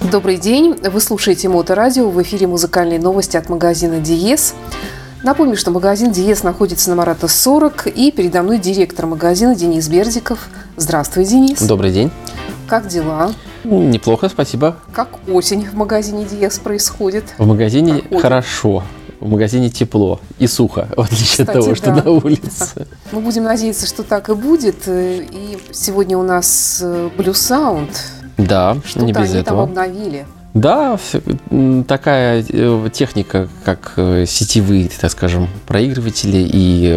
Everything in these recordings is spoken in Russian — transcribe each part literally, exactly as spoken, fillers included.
Добрый день. Вы слушаете Моторадио. В эфире музыкальные новости от магазина Диез. Напомню, что магазин Диез находится на Марата сорок. И передо мной директор магазина Денис Бердиков. Здравствуй, Денис. Добрый день. Как дела? Неплохо, спасибо. Как осень в магазине Диез происходит? В магазине Проходит. Хорошо. В магазине тепло и сухо, в отличие Кстати, от того, что да. на улице. Да. Мы будем надеяться, что так и будет. И сегодня у нас Blue Sound. Да, Что-то не без они этого. там обновили. Да, такая техника, как сетевые, так скажем, проигрыватели и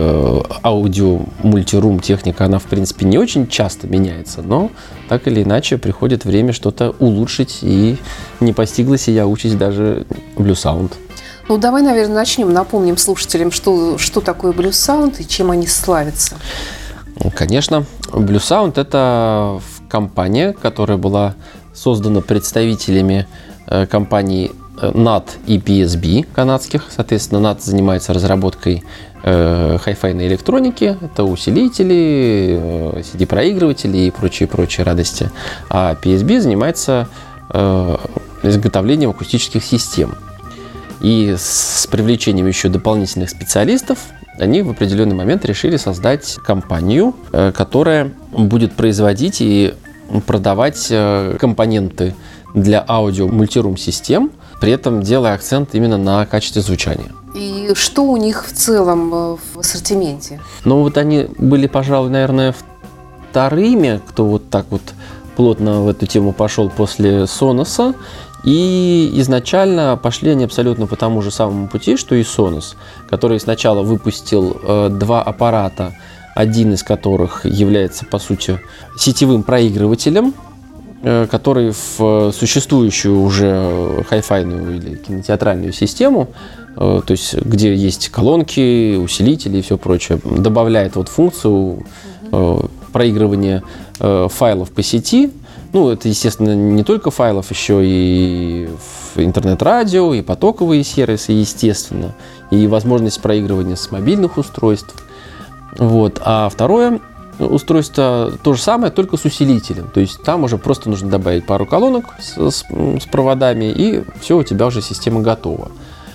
аудио-мультирум техника, она, в принципе, не очень часто меняется, но так или иначе приходит время что-то улучшить, и не постигла сия участь даже Blue Sound. Ну, давай, наверное, начнем, напомним слушателям, что, что такое Blue Sound и чем они славятся. Конечно. Blue Sound – это компания, которая была создана представителями э, компаний нат и пи эс би канадских. Соответственно, нат занимается разработкой э, хай-файной электроники. Это усилители, э, си ди-проигрыватели и прочие-прочие радости. А пи эс би занимается э, изготовлением акустических систем. И с привлечением еще дополнительных специалистов они в определенный момент решили создать компанию, которая будет производить и продавать компоненты для аудио-мультирум-систем, при этом делая акцент именно на качестве звучания. И что у них в целом в ассортименте? Ну вот они были, пожалуй, наверное, вторыми, кто вот так вот плотно в эту тему пошел после Sonos. И изначально пошли они абсолютно по тому же самому пути, что и Sonos, который сначала выпустил э, два аппарата, один из которых является, по сути, сетевым проигрывателем, э, который в существующую уже хай-файную или кинотеатральную систему, э, то есть где есть колонки, усилители и все прочее, добавляет вот функцию э, проигрывания э, файлов по сети. Ну, это, естественно, не только файлов, еще и интернет-радио, и потоковые сервисы, естественно, и возможность проигрывания с мобильных устройств. Вот. А второе устройство то же самое, только с усилителем. То есть там уже просто нужно добавить пару колонок с, с, с проводами, и все, у тебя уже система готова.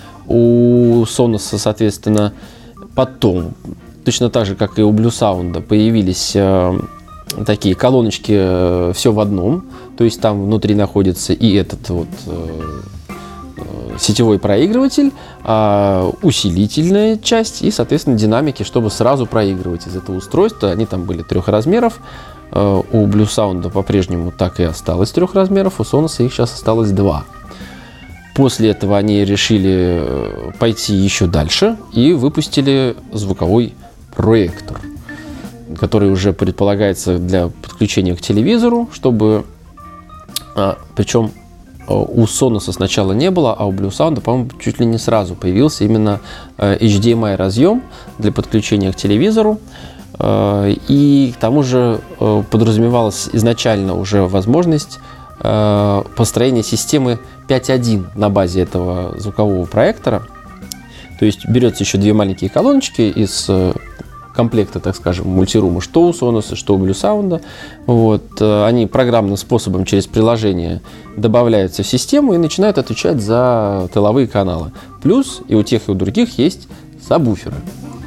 У Sonos, соответственно, потом, точно так же, как и у Blue Sound, появились такие колоночки э, все в одном, то есть там внутри находится и этот вот э, э, сетевой проигрыватель, э, усилительная часть и, соответственно, динамики, чтобы сразу проигрывать из этого устройства. Они там были трех размеров, э, у Blue Sound по-прежнему так и осталось трех размеров, у Sonos их сейчас осталось два. После этого они решили пойти еще дальше и выпустили звуковой проектор, который уже предполагается для подключения к телевизору, чтобы, а, причем у Sonos сначала не было, а у Blue Sound, по-моему, чуть ли не сразу появился именно эйч ди эм ай разъем для подключения к телевизору, и к тому же подразумевалась изначально уже возможность построения системы пять один на базе этого звукового проектора. То есть берется еще две маленькие колоночки из комплекта, так скажем, мультирума, что у Sonos, что у Blue Sound. Вот. Они программным способом через приложение добавляются в систему и начинают отвечать за тыловые каналы. Плюс и у тех, и у других есть сабвуферы.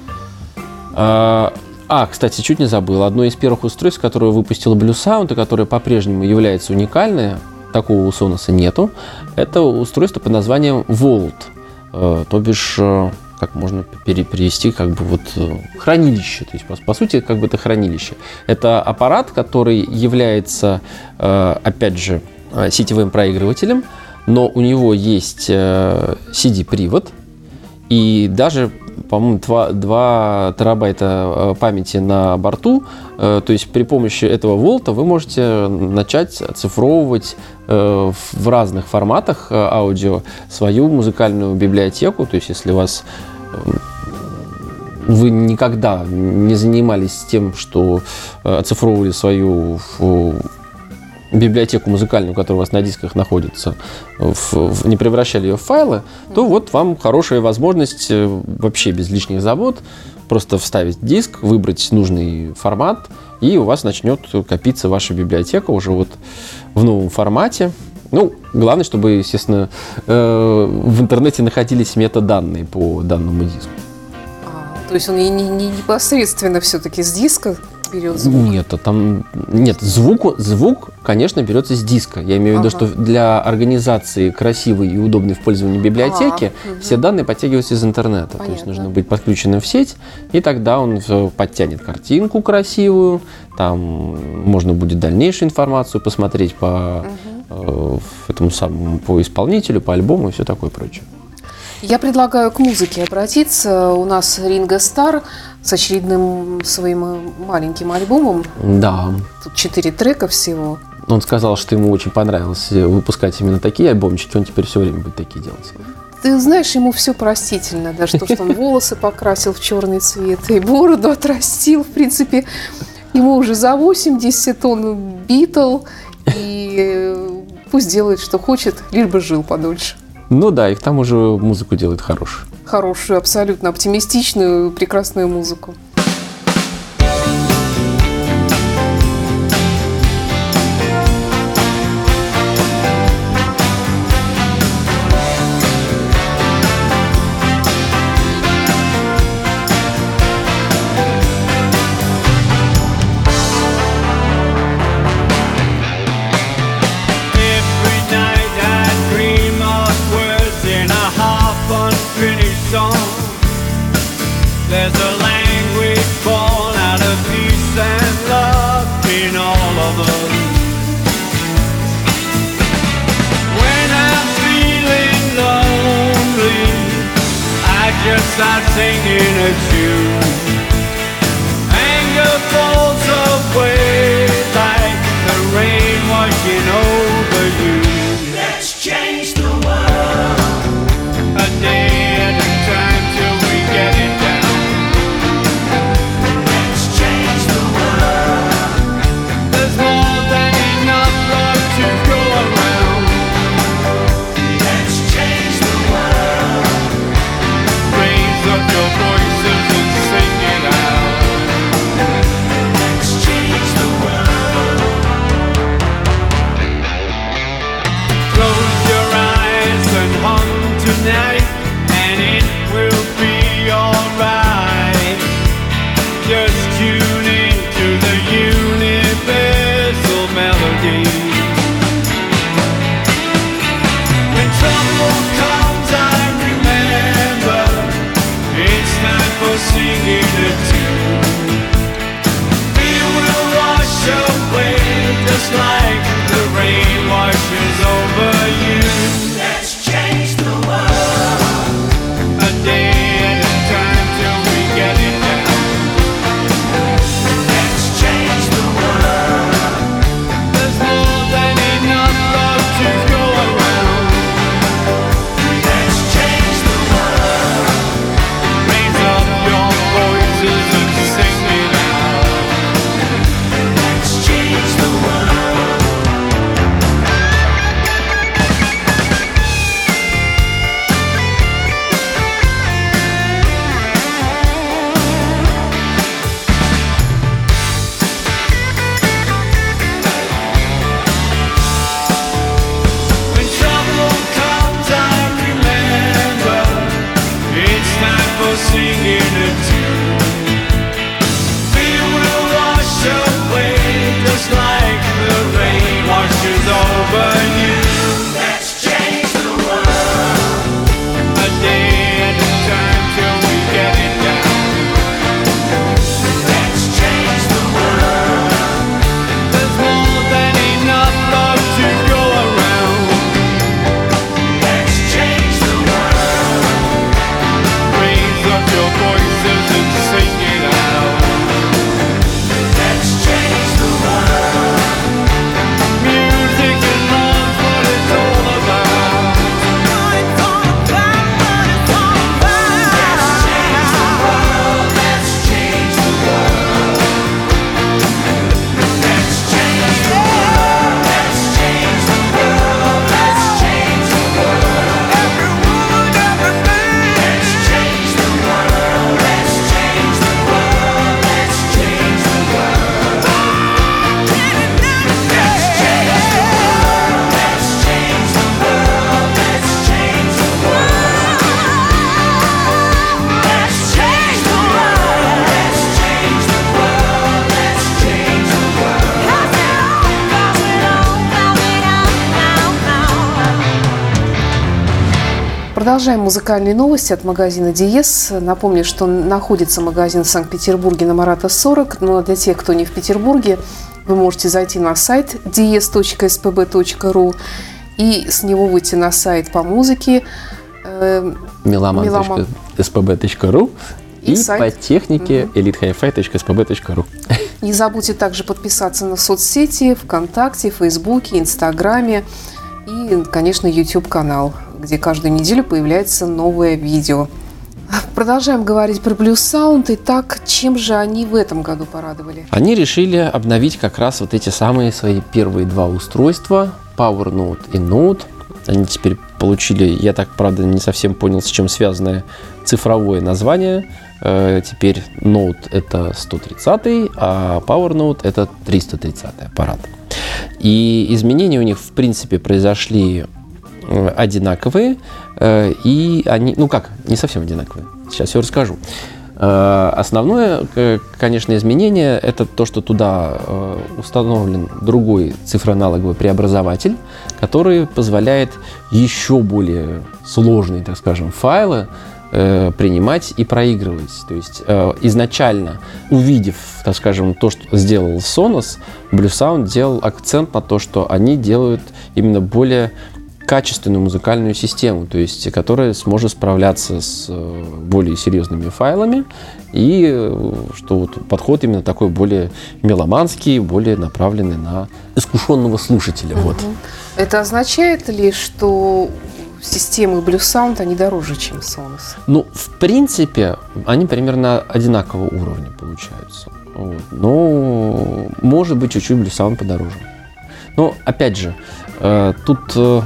А, а, кстати, чуть не забыл. Одно из первых устройств, которое выпустила Blue Sound, и которое по-прежнему является уникальное, такого у Sonos нету, это устройство под названием Vault. А, то бишь, как можно перевести, как бы вот хранилище, то есть по, по сути как бы это хранилище. Это аппарат, который является, опять же, сетевым проигрывателем, но у него есть си ди-привод и даже, по-моему, два терабайта памяти на борту. То есть при помощи этого волта вы можете начать оцифровывать в разных форматах аудио свою музыкальную библиотеку. То есть если у вас вы никогда не занимались тем, что оцифровывали свою библиотеку музыкальную, которая у вас на дисках находится, в, в, не превращали ее в файлы, то вот вам хорошая возможность вообще без лишних забот просто вставить диск, выбрать нужный формат, и у вас начнет копиться ваша библиотека уже вот в новом формате. Ну, главное, чтобы, естественно, э, в интернете находились метаданные по данному диску. А, то есть он не, не, не непосредственно все-таки с диска берет звук? Нет, а там нет, звук, звук, конечно, берется с диска. Я имею в виду, Ага. что для организации красивой и удобной в пользовании библиотеки А, мгм. все данные подтягиваются из интернета. То есть Понятно. нужно быть подключенным в сеть, и тогда он всё подтянет картинку красивую, там можно будет дальнейшую информацию посмотреть по э, этому самому, по исполнителю, по альбому и все такое прочее. Я предлагаю к музыке обратиться. У нас Ринго Стар с очередным своим маленьким альбомом. Да. Тут четыре трека всего. Он сказал, что ему очень понравилось выпускать именно такие альбомчики, он теперь все время будет такие делать. Ты знаешь, ему все простительно. Даже то, что он волосы покрасил в черный цвет и бороду отрастил. В принципе, ему уже за восемьдесят, он Битл. И пусть делает, что хочет, лишь бы жил подольше. Ну да, и к тому же музыку делает хорошую. Хорошую, абсолютно оптимистичную, прекрасную музыку. Every night I dream of words in a half unfinished song. There's a language born out of peace and love in all of us. When I'm feeling lonely, I just start singing a tune. Anger falls away like the rain washing over you. Let's change the world a day at a time till we get it down. Let's change the world. There's more than enough love to go around. Let's change the world. Raise up your voices and sing it out. Let's change the world. Close your eyes and hum tonight, and it will be alright. Just tune into the universal melody. When trouble comes, I remember it's time for singing a tune. It will wash away just like the rain washes over you. Let's change the world a day at a time till we get it down. Let's change the world. There's more than enough love to go around. Let's change the world. Raise up your voices and sing it out. Let's change the world. Продолжаем музыкальные новости от магазина Диез. Напомню, что находится магазин в Санкт-Петербурге на Марата сорок. Но для тех, кто не в Петербурге, вы можете зайти на сайт диез точка эс пэ бэ точка ру и с него выйти на сайт по музыке меломан точка эс пэ бэ точка ру и, и сайт по технике угу. элит хай фай точка эс пэ бэ точка ру. Не забудьте также подписаться на соцсети ВКонтакте, Фейсбуке, Инстаграме и, конечно, YouTube-канал, где каждую неделю появляется новое видео. Продолжаем говорить про Blue Sound. Итак, чем же они в этом году порадовали? Они решили обновить как раз вот эти самые свои первые два устройства, Power Note и Note. Они теперь получили, я так, правда, не совсем понял, с чем связанное цифровое название. Теперь Note это сто тридцатый, а Power Note это триста тридцатый аппарат. И изменения у них, в принципе, произошли одинаковые, и они, ну как, не совсем одинаковые. Сейчас все расскажу. Основное, конечно, изменение – это то, что туда установлен другой цифроаналоговый преобразователь, который позволяет еще более сложные, так скажем, файлы принимать и проигрывать. То есть изначально, увидев, так скажем, то, что сделал Sonos, Blue Sound делал акцент на то, что они делают именно более качественную музыкальную систему, то есть которая сможет справляться с более серьезными файлами, и что вот подход именно такой более меломанский, более направленный на искушенного слушателя. Uh-huh. Вот. Это означает ли, что системы Blue Sound, они дороже, чем Sonos? Ну, в принципе, они примерно одинакового уровня получаются. Вот. Но, может быть, чуть-чуть Blue Sound подороже. Но, опять же, э, тут э,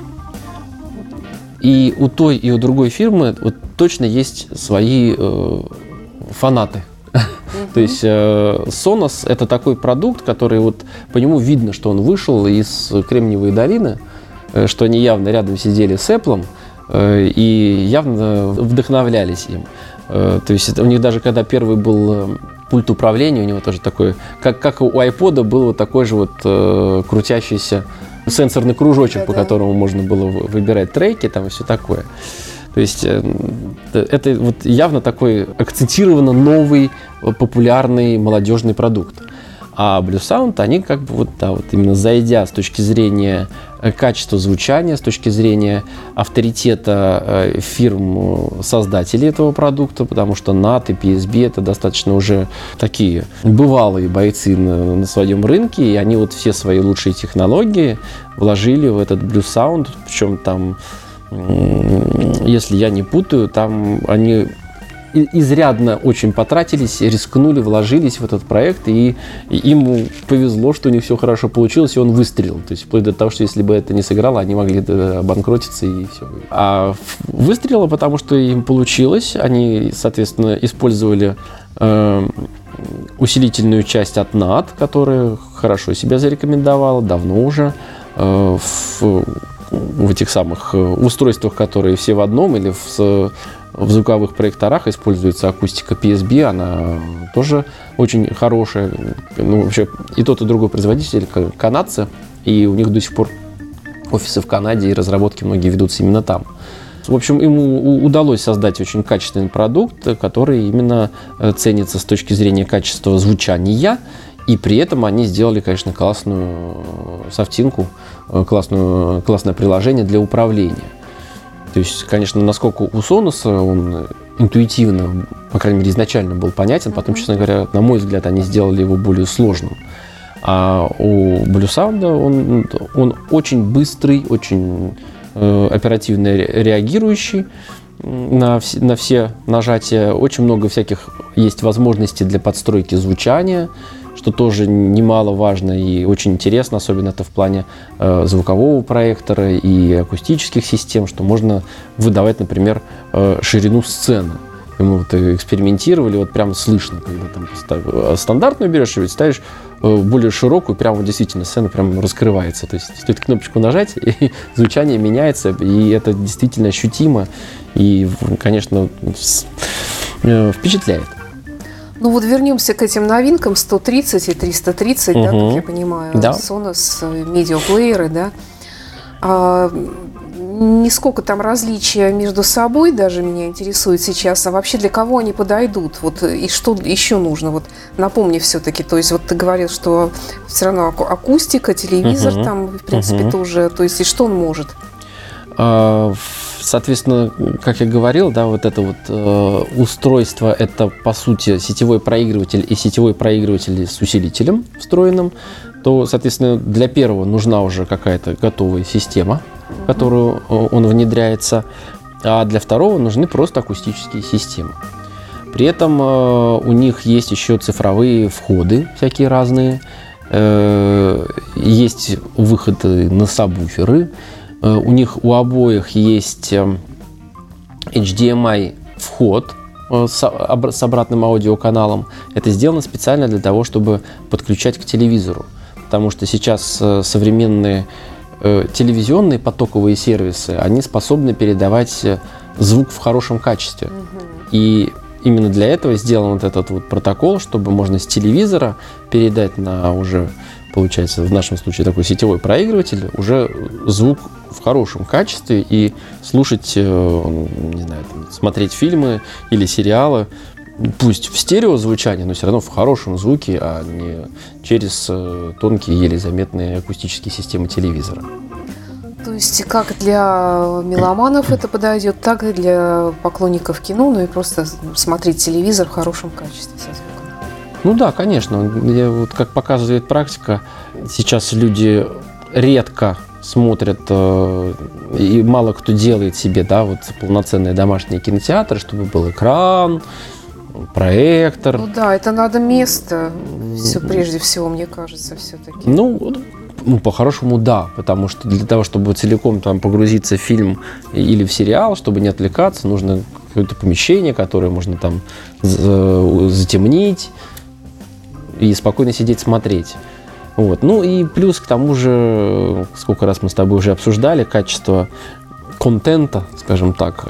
и у той, и у другой фирмы вот, точно есть свои э, фанаты. То есть э, Sonos – это такой продукт, который вот по нему видно, что он вышел из Кремниевой долины, э, что они явно рядом сидели с Apple э, и явно вдохновлялись им. Э, то есть это, у них даже когда первый был э, пульт управления, у него тоже такой, как, как у iPod был вот такой же вот э, крутящийся сенсорный кружочек, да, по которому можно было выбирать треки там и все такое. То есть это вот явно такой акцентированно новый, популярный, молодежный продукт. А Blue Sound, они как бы вот, да, вот именно зайдя с точки зрения качества звучания, с точки зрения авторитета фирм-создателей этого продукта, потому что нат и пи эс би это достаточно уже такие бывалые бойцы на, на своем рынке, и они вот все свои лучшие технологии вложили в этот Blue Sound, причем там, если я не путаю, там они изрядно очень потратились, рискнули, вложились в этот проект, и, и им повезло, что у них все хорошо получилось, и он выстрелил. То есть вплоть до того, что если бы это не сыграло, они могли обанкротиться и все. А выстрелило, потому что им получилось. Они, соответственно, использовали э, усилительную часть от нат, которая хорошо себя зарекомендовала, давно уже, э, в, в этих самых устройствах, которые все в одном, или в В звуковых проекторах используется акустика пи эс би, она тоже очень хорошая. Ну, вообще, и тот, и другой производитель канадцы, и у них до сих пор офисы в Канаде, и разработки многие ведутся именно там. В общем, ему удалось создать очень качественный продукт, который именно ценится с точки зрения качества звучания, и при этом они сделали, конечно, классную софтинку, классную, классное приложение для управления. То есть, конечно, насколько у Sonos он интуитивно, по крайней мере, изначально был понятен, потом, честно говоря, на мой взгляд, они сделали его более сложным. А у Blue Sound он, он очень быстрый, очень э, оперативно реагирующий на, вс- на все нажатия. Очень много всяких есть возможностей для подстройки звучания, что тоже немаловажно и очень интересно, особенно это в плане э, звукового проектора и акустических систем, что можно выдавать, например, э, ширину сцены. И мы вот экспериментировали, вот прямо слышно, когда там ставишь, стандартную берешь и ставишь э, более широкую, прямо вот действительно сцена прямо раскрывается. То есть стоит кнопочку нажать, и звучание меняется, и это действительно ощутимо и, конечно, э, впечатляет. Ну вот вернемся к этим новинкам сто тридцать и триста тридцать, угу. Да, как я понимаю, да. Sonos, медиаплееры, да. А, не сколько там различия между собой, даже меня интересует сейчас, а вообще для кого они подойдут, вот, и что еще нужно, вот, напомни все-таки, то есть вот ты говорил, что все равно аку- акустика, телевизор Мгм. там, в принципе, Мгм. тоже, то есть и что он может? А, Соответственно, как я говорил, да, вот это вот э, устройство, это по сути сетевой проигрыватель и сетевой проигрыватель с усилителем встроенным, то, соответственно, для первого нужна уже какая-то готовая система, в которую э, он внедряется, а для второго нужны просто акустические системы. При этом э, у них есть еще цифровые входы всякие разные, э, есть выходы на сабвуферы. У них у обоих есть эйч ди эм ай вход с обратным аудиоканалом. Это сделано специально для того, чтобы подключать к телевизору. Потому что сейчас современные телевизионные потоковые сервисы, они способны передавать звук в хорошем качестве. И именно для этого сделан вот этот вот протокол, чтобы можно с телевизора передать на уже, получается, в нашем случае такой сетевой проигрыватель, уже звук в хорошем качестве и слушать, не знаю, смотреть фильмы или сериалы, пусть в стереозвучании, но все равно в хорошем звуке, а не через тонкие, еле заметные акустические системы телевизора. То есть как для меломанов это подойдет, так и для поклонников кино, ну и просто смотреть телевизор в хорошем качестве со звуком. Ну да, конечно. Я, вот, как показывает практика, сейчас люди редко смотрят, э, и мало кто делает себе, да, вот полноценные домашние кинотеатры, чтобы был экран, проектор. Ну да, это надо место, все прежде всего, мне кажется, все-таки. Ну, ну, по-хорошему, да, потому что для того, чтобы целиком там погрузиться в фильм или в сериал, чтобы не отвлекаться, нужно какое-то помещение, которое можно там затемнить и спокойно сидеть смотреть. Вот. Ну и плюс к тому же, сколько раз мы с тобой уже обсуждали, качество контента, скажем так,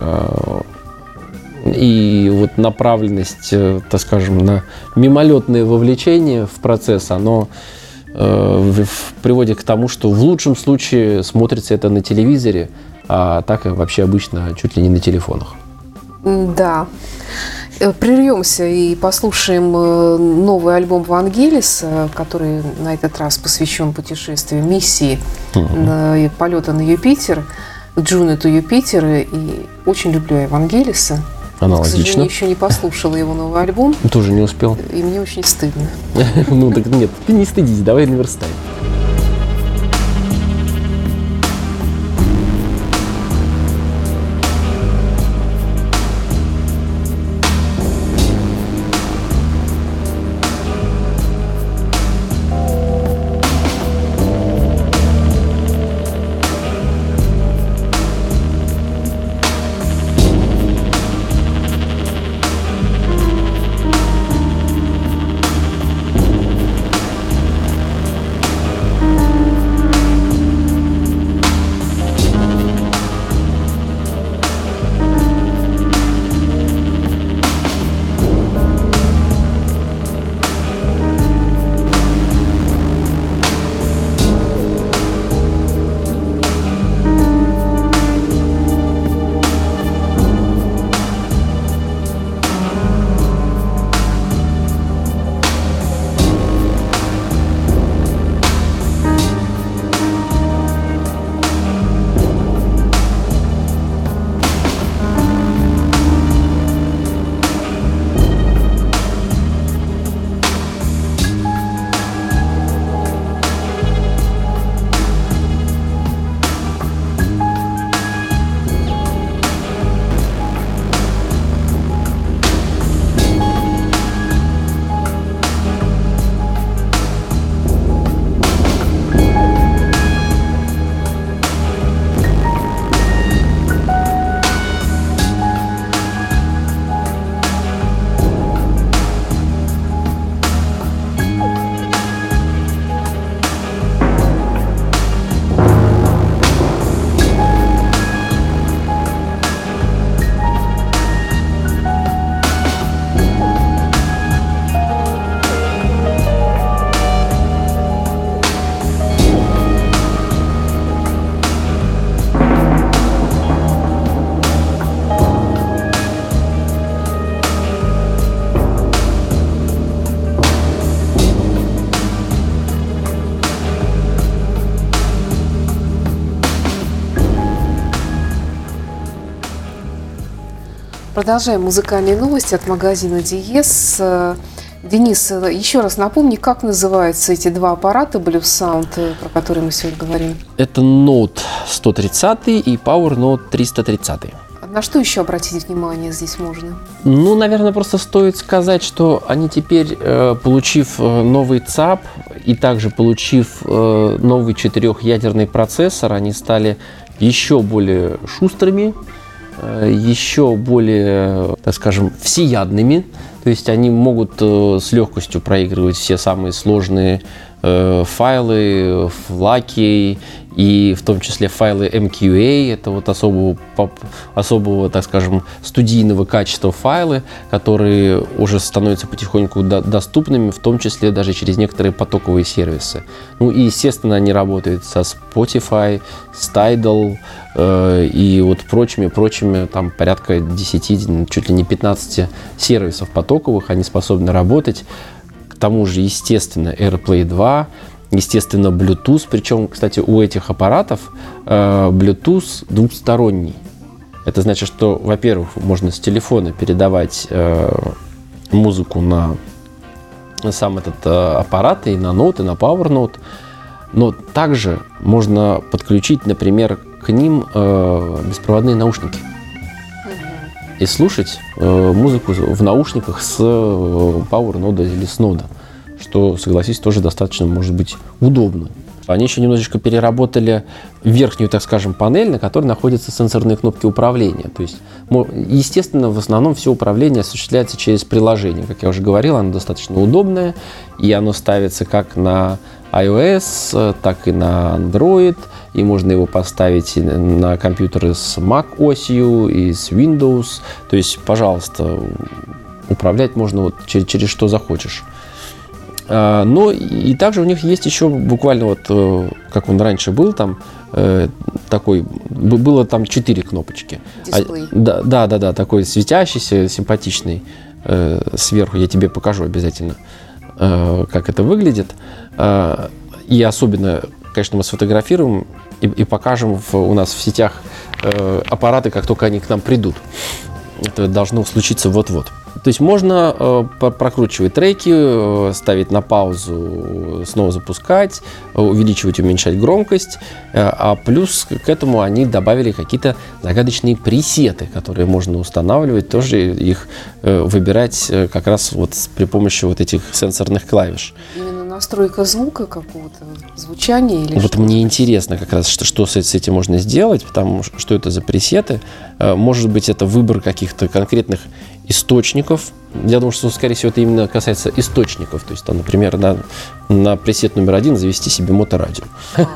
и вот направленность, так скажем, на мимолетное вовлечение в процесс, оно э, приводит к тому, что в лучшем случае смотрится это на телевизоре, а так и вообще обычно чуть ли не на телефонах. Да. Прервемся и послушаем новый альбом Вангелиса, который на этот раз посвящен путешествию, миссии uh-huh. полета на Юпитер, к Джунету Юпитер. И очень люблю Вангелиса. Аналогично. К сожалению, еще не послушала его новый альбом. Тоже не успел. И мне очень стыдно. Ну так нет, ты не стыдись, давай наверстаем. Продолжаем музыкальные новости от магазина Диез. Денис, еще раз напомни, как называются эти два аппарата Blues Sound, про которые мы сегодня говорим? Это Note сто тридцать и Power Note триста тридцать. На что еще обратить внимание здесь можно? Ну, наверное, просто стоит сказать, что они теперь, получив новый ЦАП и также получив новый четырехъядерный процессор, они стали еще более шустрыми, еще более, так скажем, всеядными. То есть они могут с легкостью проигрывать все самые сложные файлы, флаки, и в том числе файлы эм кью эй, это вот особого, особого, так скажем, студийного качества файлы, которые уже становятся потихоньку до, доступными, в том числе даже через некоторые потоковые сервисы. Ну и, естественно, они работают со Spotify, с Tidal э, и вот прочими, прочими, там порядка десяти, чуть ли не пятнадцати сервисов потоковых, они способны работать. К тому же, естественно, AirPlay два, естественно, Bluetooth, причем, кстати, у этих аппаратов э, Bluetooth двухсторонний. Это значит, что, во-первых, можно с телефона передавать э, музыку на, на сам этот э, аппарат, и на Note, и на Power Note, но также можно подключить, например, к ним э, беспроводные наушники и слушать э, музыку в наушниках с э, Power Note или с Note, что, согласись, тоже достаточно может быть удобно. Они еще немножечко переработали верхнюю, так скажем, панель, на которой находятся сенсорные кнопки управления. То есть, естественно, в основном все управление осуществляется через приложение. Как я уже говорил, оно достаточно удобное, и оно ставится как на iOS, так и на Android, и можно его поставить на компьютеры с Mac-осью и с Windows. То есть, пожалуйста, управлять можно вот через, через что захочешь. Но и также у них есть еще буквально вот, как он раньше был, там такой, было там четыре кнопочки. Дисплей. Да, да, да, да, такой светящийся, симпатичный сверху. Я тебе покажу обязательно, как это выглядит. И особенно, конечно, мы сфотографируем и, и покажем в, у нас в сетях аппараты, как только они к нам придут. Это должно случиться вот-вот. То есть можно э, прокручивать треки, э, ставить на паузу, снова запускать, э, увеличивать, уменьшать громкость. Э, а плюс к этому они добавили какие-то загадочные пресеты, которые можно устанавливать, тоже их э, выбирать э, как раз вот при помощи вот этих сенсорных клавиш. Именно настройка звука какого-то, звучания или Вот что? мне интересно как раз, что, что с этим можно сделать, потому что, что это за пресеты. Э, может быть, это выбор каких-то конкретных источников. Я думаю, что, скорее всего, это именно касается источников. То есть, там, например, на, на пресет номер один завести себе моторадио.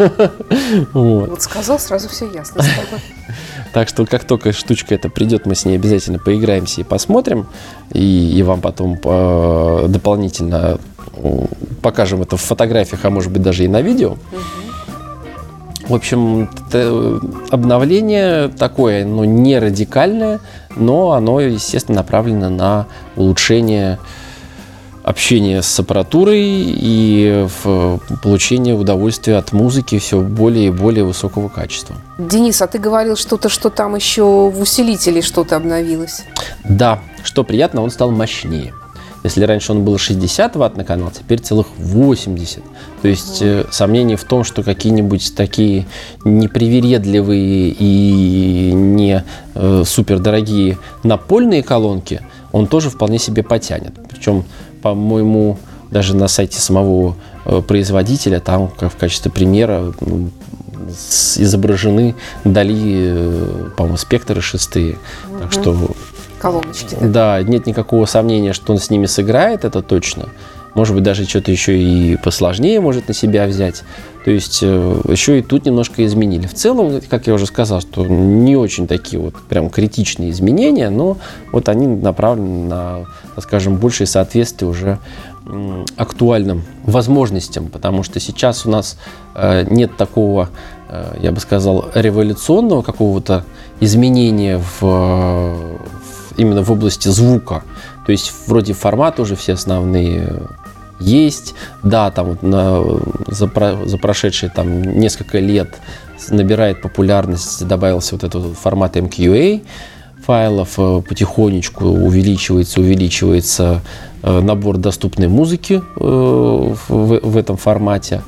Вот сказал, сразу все ясно стало. Так что, как только штучка эта придет, мы с ней обязательно поиграемся и посмотрим. И, и вам потом э, дополнительно покажем это в фотографиях, а может быть, даже и на видео. В общем, обновление такое, ну, не радикальное, но оно, естественно, направлено на улучшение общения с аппаратурой и в получение удовольствия от музыки все более и более высокого качества. Денис, а ты говорил что-то, что там еще в усилителе что-то обновилось? Да, что приятно, он стал мощнее. Если раньше он был шестьдесят ватт на канал, теперь целых восемьдесят. То есть э, сомнений в том, что какие-нибудь такие непривередливые и не э, супердорогие напольные колонки он тоже вполне себе потянет. Причем, по-моему, даже на сайте самого э, производителя там как в качестве примера ну, изображены вдали, э, по-моему, спектры шестые. Угу. Так что... Колоночки. Да? Да, нет никакого сомнения, что он с ними сыграет, это точно. Может быть, даже что-то еще и посложнее может на себя взять. То есть э, еще и тут немножко изменили. В целом, как я уже сказал, что не очень такие вот прям критичные изменения, но вот они направлены на, так скажем, большее соответствие уже м, актуальным возможностям, потому что сейчас у нас э, нет такого, э, я бы сказал, революционного какого-то изменения в, в именно в области звука. То есть вроде форматы уже все основные есть. Да, там вот на, за, про, за прошедшие там несколько лет набирает популярность, добавился вот этот формат эм кью эй. файлов, потихонечку увеличивается, увеличивается набор доступной музыки в, в этом формате.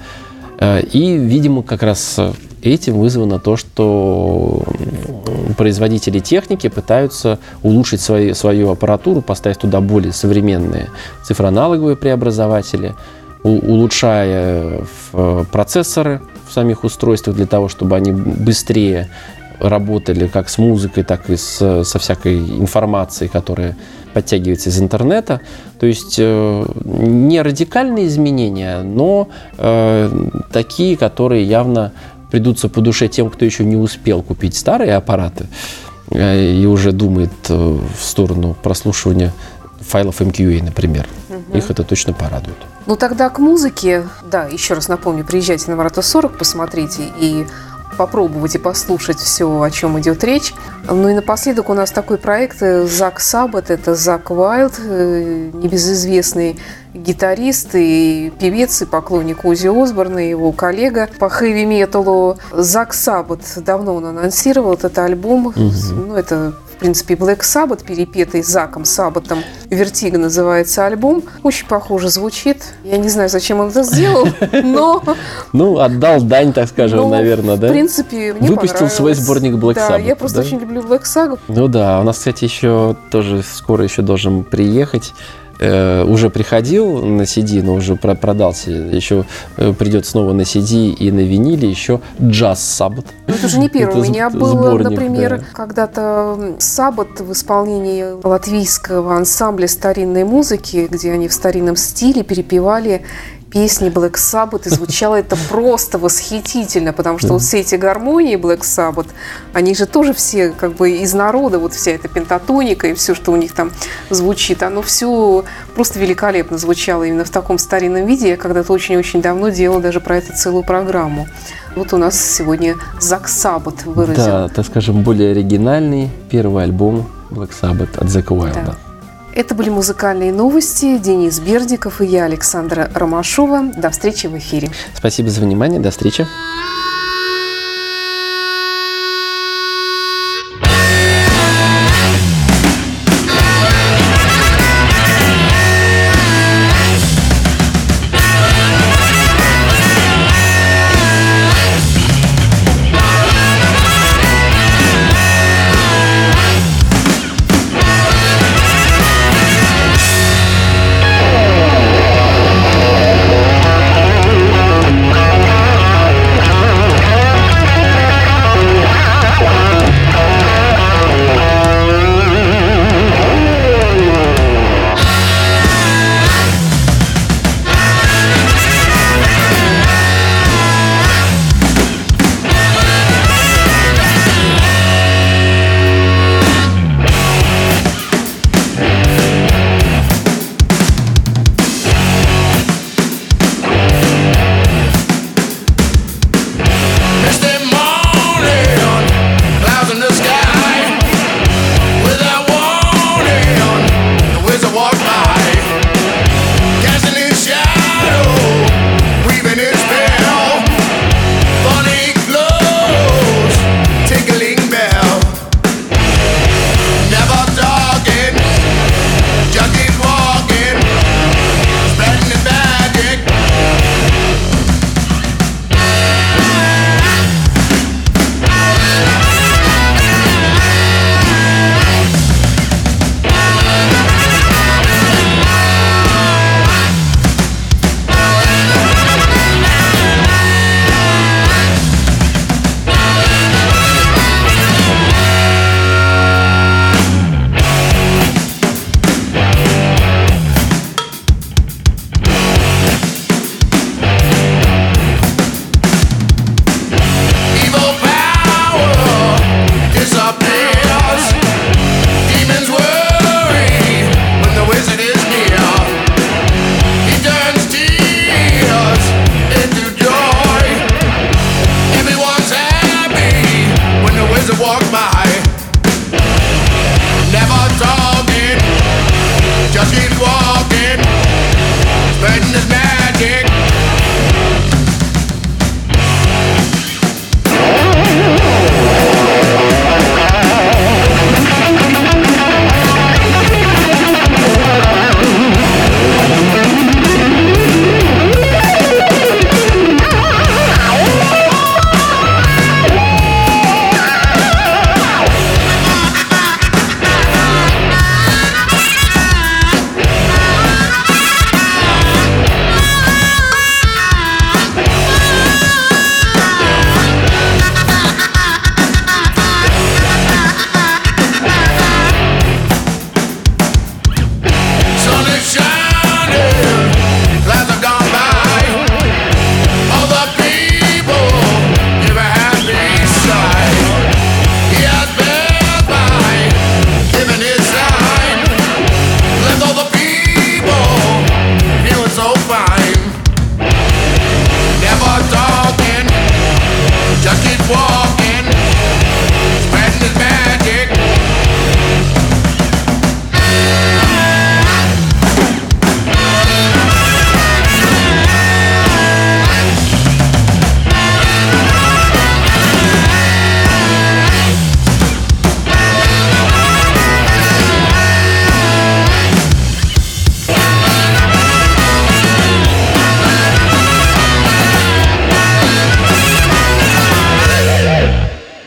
И, видимо, как раз этим вызвано то, что производители техники пытаются улучшить свои, свою аппаратуру, поставить туда более современные цифроаналоговые преобразователи, у, улучшая процессоры в самих устройствах для того, чтобы они быстрее работали как с музыкой, так и с, со всякой информацией, которая подтягивается из интернета. То есть э, не радикальные изменения, но э, такие, которые явно придутся по душе тем, кто еще не успел купить старые аппараты э, и уже думает э, в сторону прослушивания файлов эм кью эй, например. Угу. Их это точно порадует. Ну тогда к музыке, да, еще раз напомню, приезжайте на Марата сорок, посмотрите и попробовать и послушать все, о чем идет речь. Ну и напоследок у нас такой проект Зак Саббат. Это Зак Уайлд, небезызвестный гитарист и певец, и поклонник Оззи Осборна, и его коллега по хэви-металу. Зак Саббат, давно он анонсировал этот альбом. Угу. Ну, это, в принципе, Black Sabbath, перепетый Заком Саббатом. «Вертиго» называется альбом. Очень похоже звучит. Я не знаю, зачем он это сделал, но... Ну, отдал дань, так скажем, наверное, да? В принципе, мне Выпустил свой сборник Black Sabbath. Да, я просто очень люблю Black Sabbath. Ну да, у нас, кстати, еще тоже скоро еще должен приехать. Э, уже приходил на си ди, но уже про- продался. Еще э, придет снова на си ди и на виниле еще Джаз Саббат. Ну, это же не первый. У меня был, сборник, например, да. когда-то Саббат в исполнении латвийского ансамбля старинной музыки, где они в старинном стиле перепевали песни Black Sabbath, и звучало это просто восхитительно, потому что вот все эти гармонии Black Sabbath, они же тоже все как бы из народа, вот вся эта пентатоника и все, что у них там звучит, оно все просто великолепно звучало именно в таком старинном виде. Я когда-то очень-очень давно делала даже про это целую программу. Вот у нас сегодня Зак Саббат выразил. Да, так скажем, более оригинальный первый альбом Black Sabbath от Зака Уайлда. Да. Это были музыкальные новости. Денис Бердиков и я, Александра Ромашова. До встречи в эфире. Спасибо за внимание. До встречи.